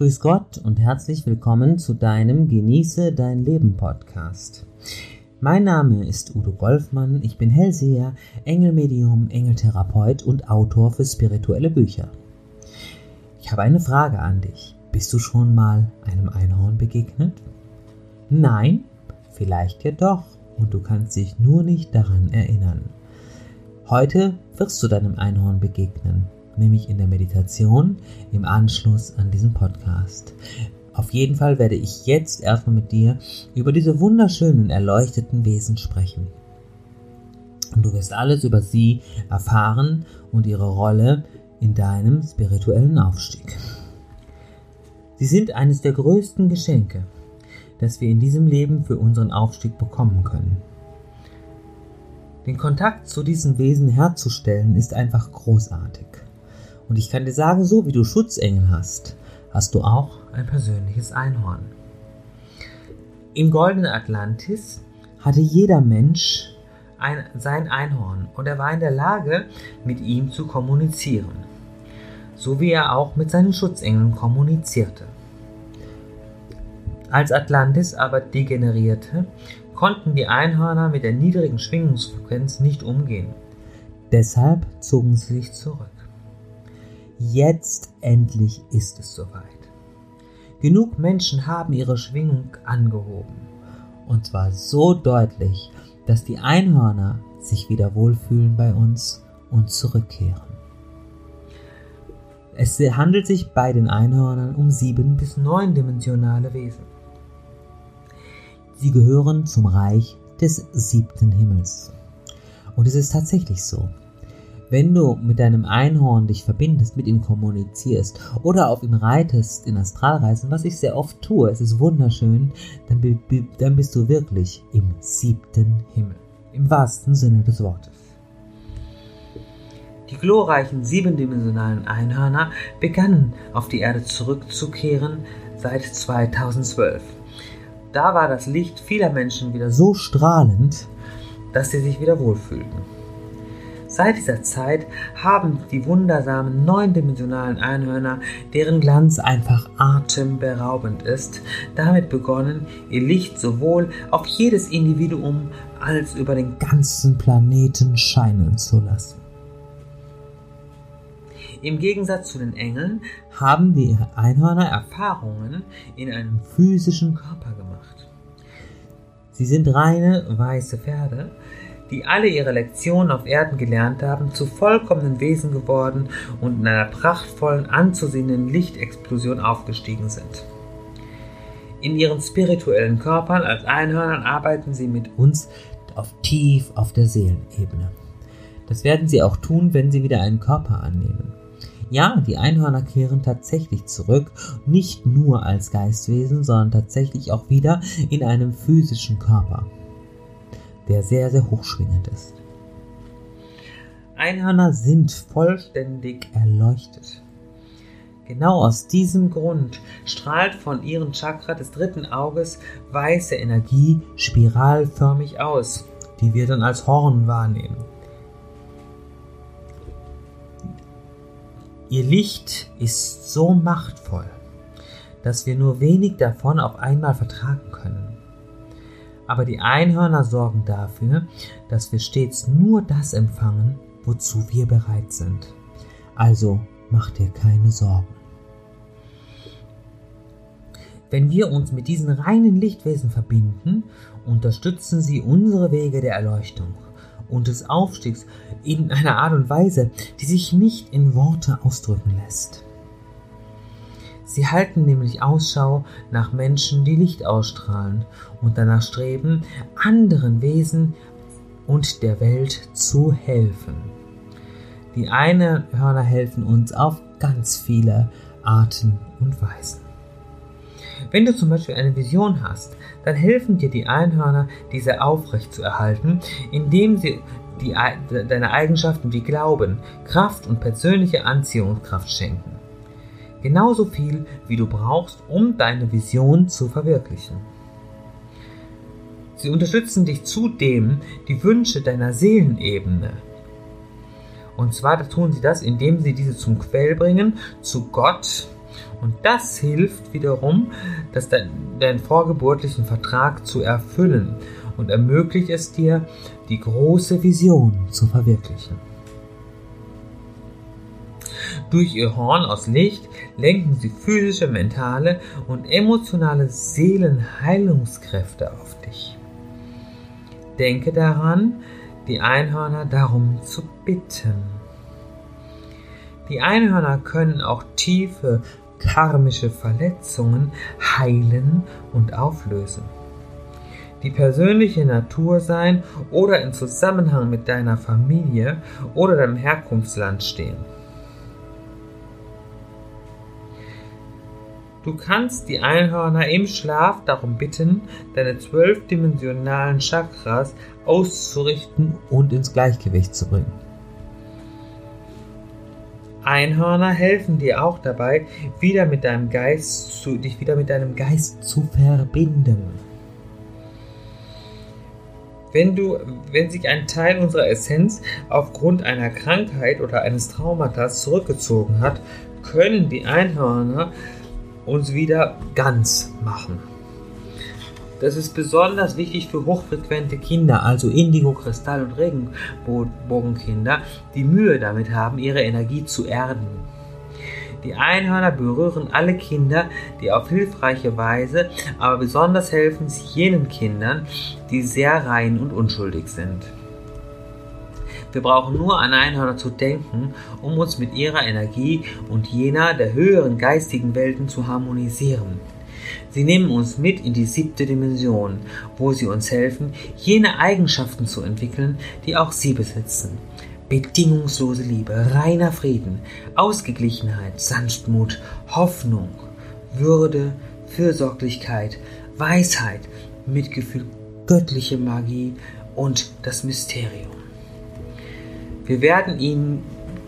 Grüß Gott und herzlich willkommen zu deinem Genieße dein Leben Podcast. Mein Name ist Udo Golfmann, ich bin Hellseher, Engelmedium, Engeltherapeut und Autor für spirituelle Bücher. Ich habe eine Frage an dich. Bist du schon mal einem Einhorn begegnet? Nein? Vielleicht ja doch und du kannst dich nur nicht daran erinnern. Heute wirst du deinem Einhorn begegnen, nämlich in der Meditation im Anschluss an diesen Podcast. Auf jeden Fall werde ich jetzt erstmal mit dir über diese wunderschönen, erleuchteten Wesen sprechen. Und du wirst alles über sie erfahren und ihre Rolle in deinem spirituellen Aufstieg. Sie sind eines der größten Geschenke, das wir in diesem Leben für unseren Aufstieg bekommen können. Den Kontakt zu diesen Wesen herzustellen ist einfach großartig. Und ich kann dir sagen, so wie du Schutzengel hast, hast du auch ein persönliches Einhorn. Im goldenen Atlantis hatte jeder Mensch sein Einhorn und er war in der Lage, mit ihm zu kommunizieren, so wie er auch mit seinen Schutzengeln kommunizierte. Als Atlantis aber degenerierte, konnten die Einhörner mit der niedrigen Schwingungsfrequenz nicht umgehen. Deshalb zogen sie sich zurück. Jetzt endlich ist es soweit. Genug Menschen haben ihre Schwingung angehoben. Und zwar so deutlich, dass die Einhörner sich wieder wohlfühlen bei uns und zurückkehren. Es handelt sich bei den Einhörnern um 7- bis 9-dimensionale Wesen. Sie gehören zum Reich des 7. Himmels. Und es ist tatsächlich so. Wenn du mit deinem Einhorn dich verbindest, mit ihm kommunizierst oder auf ihn reitest in Astralreisen, was ich sehr oft tue, es ist wunderschön, dann bist du wirklich im 7. Himmel. Im wahrsten Sinne des Wortes. Die glorreichen 7-dimensionalen Einhörner begannen auf die Erde zurückzukehren seit 2012. Da war das Licht vieler Menschen wieder so strahlend, dass sie sich wieder wohlfühlten. Seit dieser Zeit haben die wundersamen 9-dimensionalen Einhörner, deren Glanz einfach atemberaubend ist, damit begonnen, ihr Licht sowohl auf jedes Individuum als über den ganzen Planeten scheinen zu lassen. Im Gegensatz zu den Engeln haben die Einhörner Erfahrungen in einem physischen Körper gemacht. Sie sind reine weiße Pferde, die alle ihre Lektionen auf Erden gelernt haben, zu vollkommenen Wesen geworden und in einer prachtvollen, anzusehenden Lichtexplosion aufgestiegen sind. In ihren spirituellen Körpern als Einhörnern arbeiten sie mit uns tief auf der Seelenebene. Das werden sie auch tun, wenn sie wieder einen Körper annehmen. Ja, die Einhörner kehren tatsächlich zurück, nicht nur als Geistwesen, sondern tatsächlich auch wieder in einem physischen Körper, der sehr, sehr hochschwingend ist. Einhörner sind vollständig erleuchtet. Genau aus diesem Grund strahlt von ihrem Chakra des 3. Auges weiße Energie spiralförmig aus, die wir dann als Horn wahrnehmen. Ihr Licht ist so machtvoll, dass wir nur wenig davon auf einmal vertragen können. Aber die Einhörner sorgen dafür, dass wir stets nur das empfangen, wozu wir bereit sind. Also mach dir keine Sorgen. Wenn wir uns mit diesen reinen Lichtwesen verbinden, unterstützen sie unsere Wege der Erleuchtung und des Aufstiegs in einer Art und Weise, die sich nicht in Worte ausdrücken lässt. Sie halten nämlich Ausschau nach Menschen, die Licht ausstrahlen und danach streben, anderen Wesen und der Welt zu helfen. Die Einhörner helfen uns auf ganz viele Arten und Weisen. Wenn du zum Beispiel eine Vision hast, dann helfen dir die Einhörner, diese aufrecht zu erhalten, indem sie deine Eigenschaften wie Glauben, Kraft und persönliche Anziehungskraft schenken. Genauso viel, wie du brauchst, um deine Vision zu verwirklichen. Sie unterstützen dich zudem, die Wünsche deiner Seelenebene. Und zwar tun sie das, indem sie diese zum Quell bringen, zu Gott Und das hilft wiederum, deinen vorgeburtlichen Vertrag zu erfüllen und ermöglicht es dir, die große Vision zu verwirklichen. Durch ihr Horn aus Licht lenken sie physische, mentale und emotionale Seelenheilungskräfte auf dich. Denke daran, die Einhörner darum zu bitten. Die Einhörner können auch tiefe karmische Verletzungen heilen und auflösen, die persönliche Natur sein oder in Zusammenhang mit deiner Familie oder deinem Herkunftsland stehen. Du kannst die Einhörner im Schlaf darum bitten, deine 12-dimensionalen Chakras auszurichten und ins Gleichgewicht zu bringen. Einhörner helfen dir auch dabei, dich wieder mit deinem Geist zu verbinden. Wenn sich ein Teil unserer Essenz aufgrund einer Krankheit oder eines Traumatas zurückgezogen hat, können die Einhörner uns wieder ganz machen. Das ist besonders wichtig für hochfrequente Kinder, also Indigo-, Kristall- und Regenbogenkinder, die Mühe damit haben, ihre Energie zu erden. Die Einhörner berühren alle Kinder, die auf hilfreiche Weise, aber besonders helfen sie jenen Kindern, die sehr rein und unschuldig sind. Wir brauchen nur an Einhörner zu denken, um uns mit ihrer Energie und jener der höheren geistigen Welten zu harmonisieren. Sie nehmen uns mit in die 7. Dimension, wo sie uns helfen, jene Eigenschaften zu entwickeln, die auch sie besitzen. Bedingungslose Liebe, reiner Frieden, Ausgeglichenheit, Sanftmut, Hoffnung, Würde, Fürsorglichkeit, Weisheit, Mitgefühl, göttliche Magie und das Mysterium. Wir werden ihnen,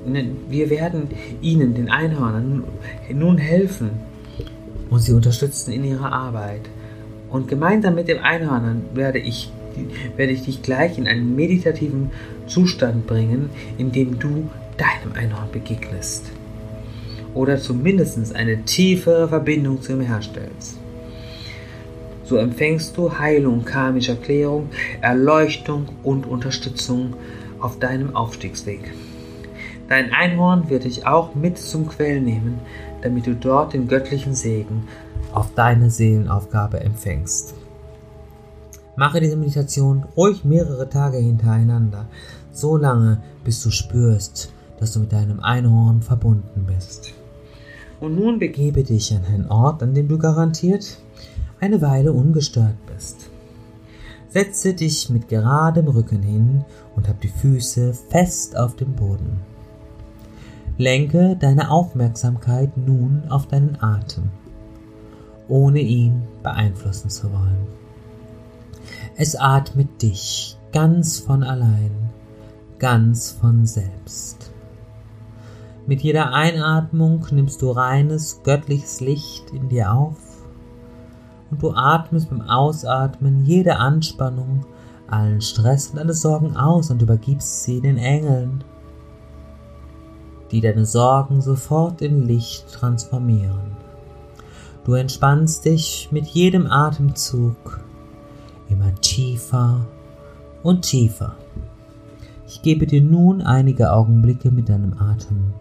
den Einhörnern, nun helfen und sie unterstützen in ihrer Arbeit. Und gemeinsam mit den Einhörnern werde ich dich gleich in einen meditativen Zustand bringen, in dem du deinem Einhorn begegnest. Oder zumindest eine tiefere Verbindung zu ihm herstellst. So empfängst du Heilung, karmische Klärung, Erleuchtung und Unterstützung auf deinem Aufstiegsweg. Dein Einhorn wird dich auch mit zum Quell nehmen, damit du dort den göttlichen Segen auf deine Seelenaufgabe empfängst. Mache diese Meditation ruhig mehrere Tage hintereinander, so lange, bis du spürst, dass du mit deinem Einhorn verbunden bist. Und nun begebe dich an einen Ort, an dem du garantiert eine Weile ungestört bist. Setze dich mit geradem Rücken hin und hab die Füße fest auf dem Boden. Lenke deine Aufmerksamkeit nun auf deinen Atem, ohne ihn beeinflussen zu wollen. Es atmet dich ganz von allein, ganz von selbst. Mit jeder Einatmung nimmst du reines, göttliches Licht in dir auf und du atmest beim Ausatmen jede Anspannung, allen Stress und alle Sorgen aus und übergibst sie den Engeln, die deine Sorgen sofort in Licht transformieren. Du entspannst dich mit jedem Atemzug immer tiefer und tiefer. Ich gebe dir nun einige Augenblicke mit deinem Atem,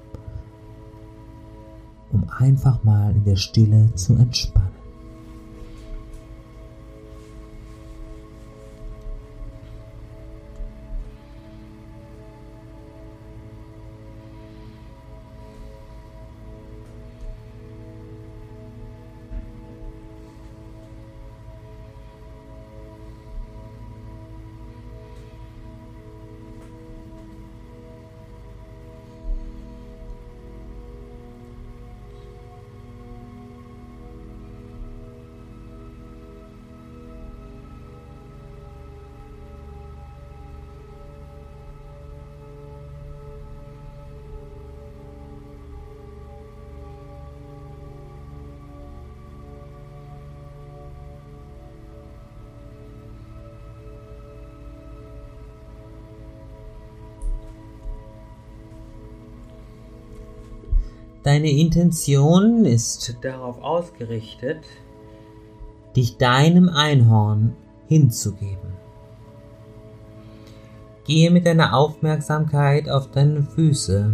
um einfach mal in der Stille zu entspannen. Deine Intention ist darauf ausgerichtet, dich deinem Einhorn hinzugeben. Gehe mit deiner Aufmerksamkeit auf deine Füße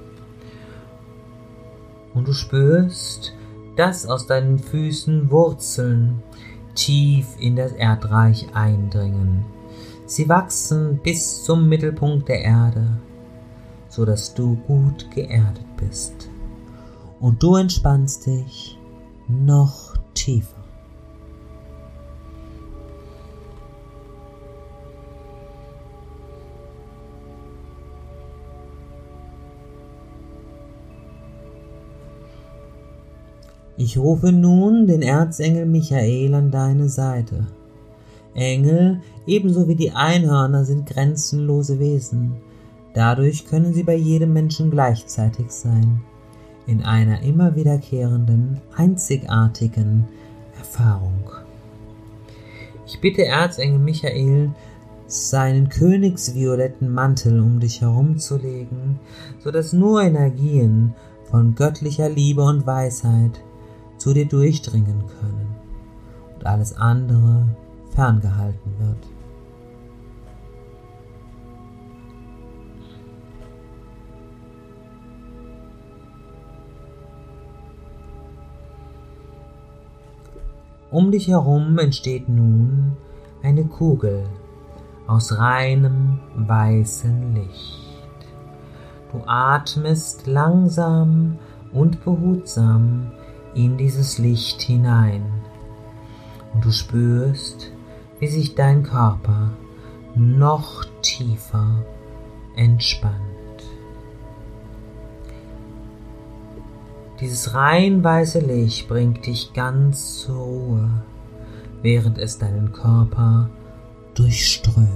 und du spürst, dass aus deinen Füßen Wurzeln tief in das Erdreich eindringen. Sie wachsen bis zum Mittelpunkt der Erde, so dass du gut geerdet bist. Und du entspannst dich noch tiefer. Ich rufe nun den Erzengel Michael an deine Seite. Engel, ebenso wie die Einhörner, sind grenzenlose Wesen. Dadurch können sie bei jedem Menschen gleichzeitig sein, in einer immer wiederkehrenden, einzigartigen Erfahrung. Ich bitte Erzengel Michael, seinen königsvioletten Mantel um dich herumzulegen, sodass nur Energien von göttlicher Liebe und Weisheit zu dir durchdringen können und alles andere ferngehalten wird. Um dich herum entsteht nun eine Kugel aus reinem weißem Licht. Du atmest langsam und behutsam in dieses Licht hinein und du spürst, wie sich dein Körper noch tiefer entspannt. Dieses rein weiße Licht bringt dich ganz zur Ruhe, während es deinen Körper durchströmt.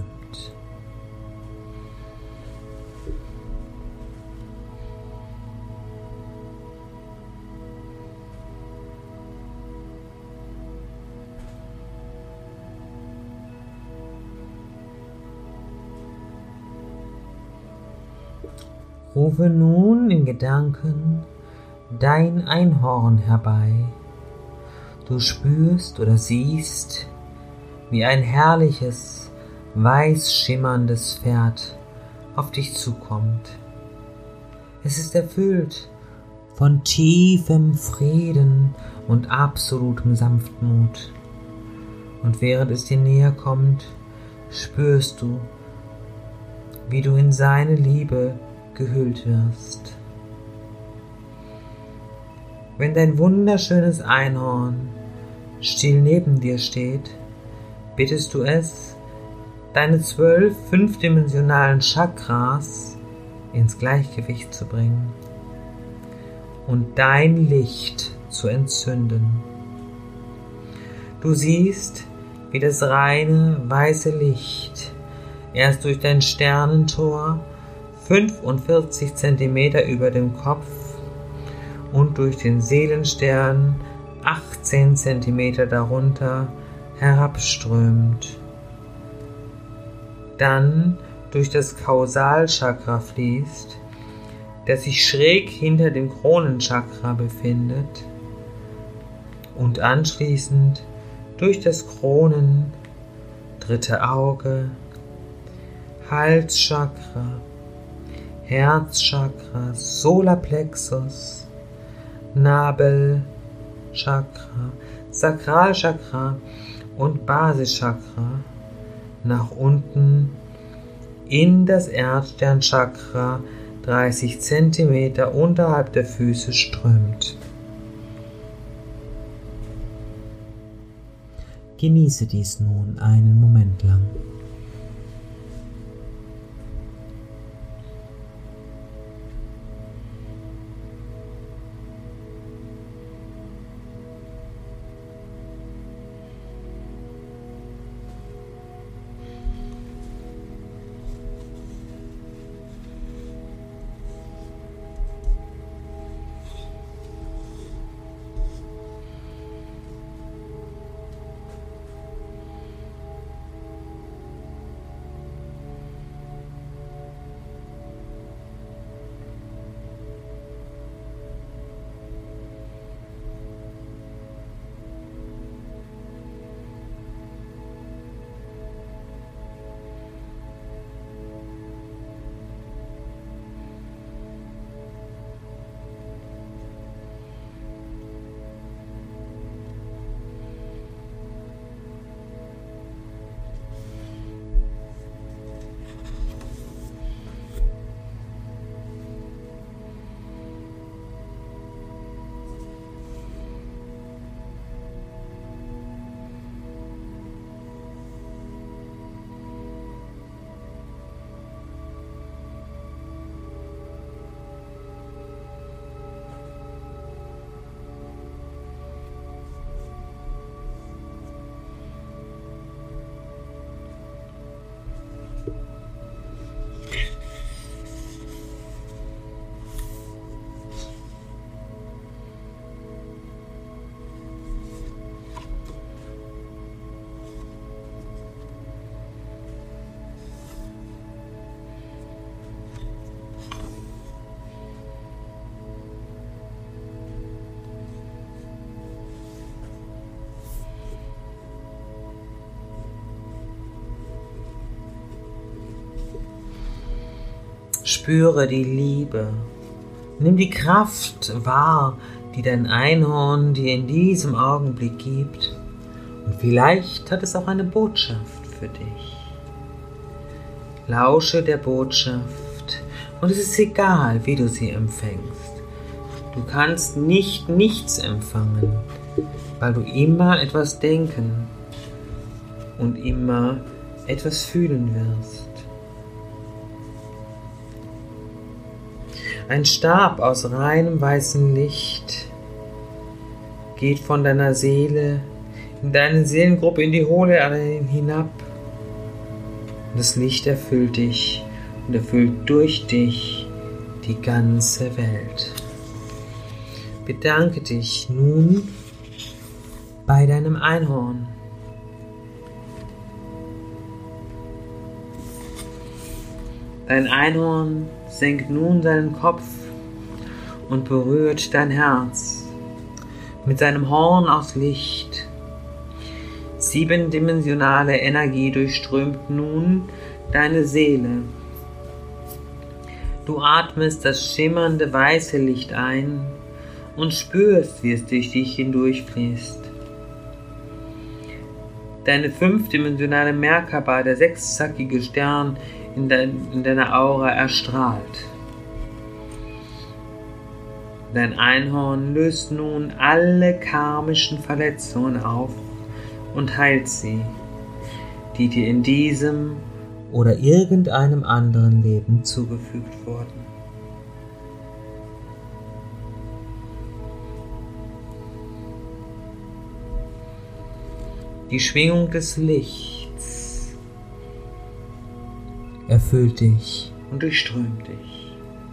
Rufe nun in Gedanken dein Einhorn herbei. Du spürst oder siehst, wie ein herrliches, weiß schimmerndes Pferd auf dich zukommt. Es ist erfüllt von tiefem Frieden und absolutem Sanftmut. Und während es dir näher kommt, spürst du, wie du in seine Liebe gehüllt wirst. Wenn dein wunderschönes Einhorn still neben dir steht, bittest du es, deine 12 fünfdimensionalen Chakras ins Gleichgewicht zu bringen und dein Licht zu entzünden. Du siehst, wie das reine weiße Licht erst durch dein Sternentor 45 cm über dem Kopf und durch den Seelenstern 18 cm darunter herabströmt. Dann durch das Kausalchakra fließt, das sich schräg hinter dem Kronenchakra befindet, und anschließend durch das Kronen, dritte Auge, Halschakra, Herzchakra, Solarplexus, Nabelchakra, Sakralchakra und Basischakra nach unten in das Erdsternchakra 30 cm unterhalb der Füße strömt. Genieße dies nun einen Moment lang. Spüre die Liebe. Nimm die Kraft wahr, die dein Einhorn dir in diesem Augenblick gibt. Und vielleicht hat es auch eine Botschaft für dich. Lausche der Botschaft und es ist egal, wie du sie empfängst. Du kannst nicht nichts empfangen, weil du immer etwas denken und immer etwas fühlen wirst. Ein Stab aus reinem weißem Licht geht von deiner Seele in deine Seelengruppe in die Hohle hinab. Das Licht erfüllt dich und erfüllt durch dich die ganze Welt. Bedanke dich nun bei deinem Einhorn. Dein Einhorn senkt nun seinen Kopf und berührt dein Herz mit seinem Horn aus Licht. 7-dimensionale Energie durchströmt nun deine Seele. Du atmest das schimmernde weiße Licht ein und spürst, wie es durch dich hindurchfließt. Deine 5-dimensionale Merkaba, der sechszackige Stern in deiner Aura, erstrahlt. Dein Einhorn löst nun alle karmischen Verletzungen auf und heilt sie, die dir in diesem oder irgendeinem anderen Leben zugefügt wurden. Die Schwingung des Lichts erfüllt dich und durchströmt dich.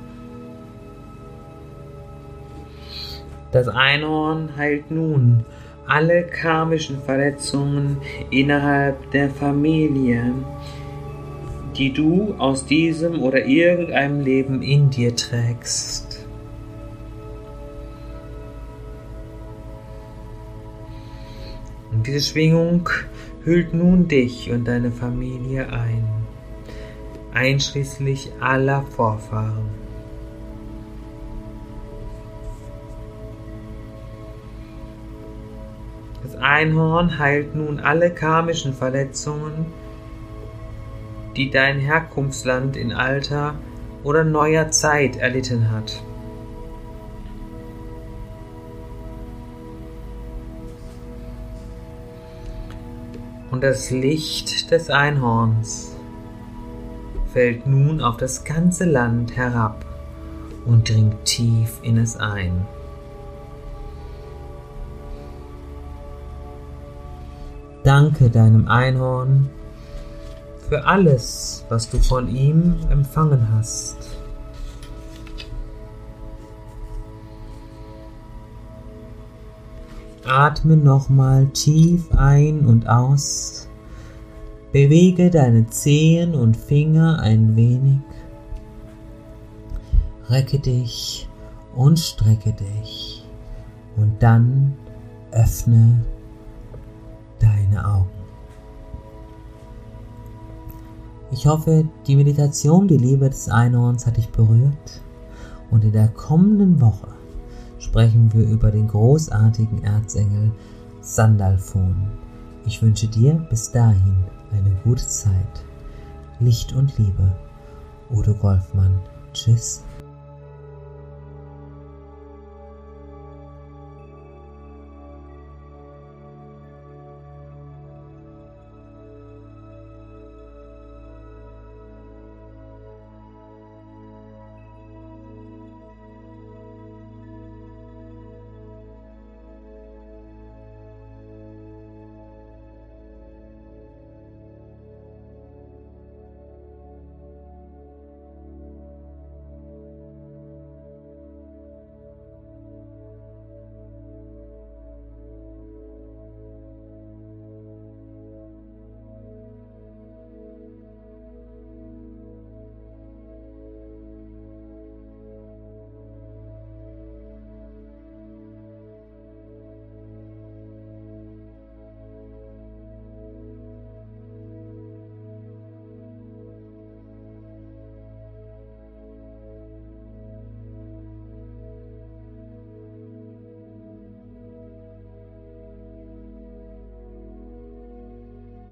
Das Einhorn heilt nun alle karmischen Verletzungen innerhalb der Familie, die du aus diesem oder irgendeinem Leben in dir trägst. Und diese Schwingung hüllt nun dich und deine Familie ein, einschließlich aller Vorfahren. Das Einhorn heilt nun alle karmischen Verletzungen, die dein Herkunftsland in alter oder neuer Zeit erlitten hat. Und das Licht des Einhorns fällt nun auf das ganze Land herab und dringt tief in es ein. Danke deinem Einhorn für alles, was du von ihm empfangen hast. Atme nochmal tief ein und aus. Bewege deine Zehen und Finger ein wenig. Recke dich und strecke dich. Und dann öffne deine Augen. Ich hoffe, die Meditation, die Liebe des Einhorns hat dich berührt. Und in der kommenden Woche sprechen wir über den großartigen Erzengel Sandalphon. Ich wünsche dir bis dahin eine gute Zeit. Licht und Liebe. Udo Golfmann. Tschüss.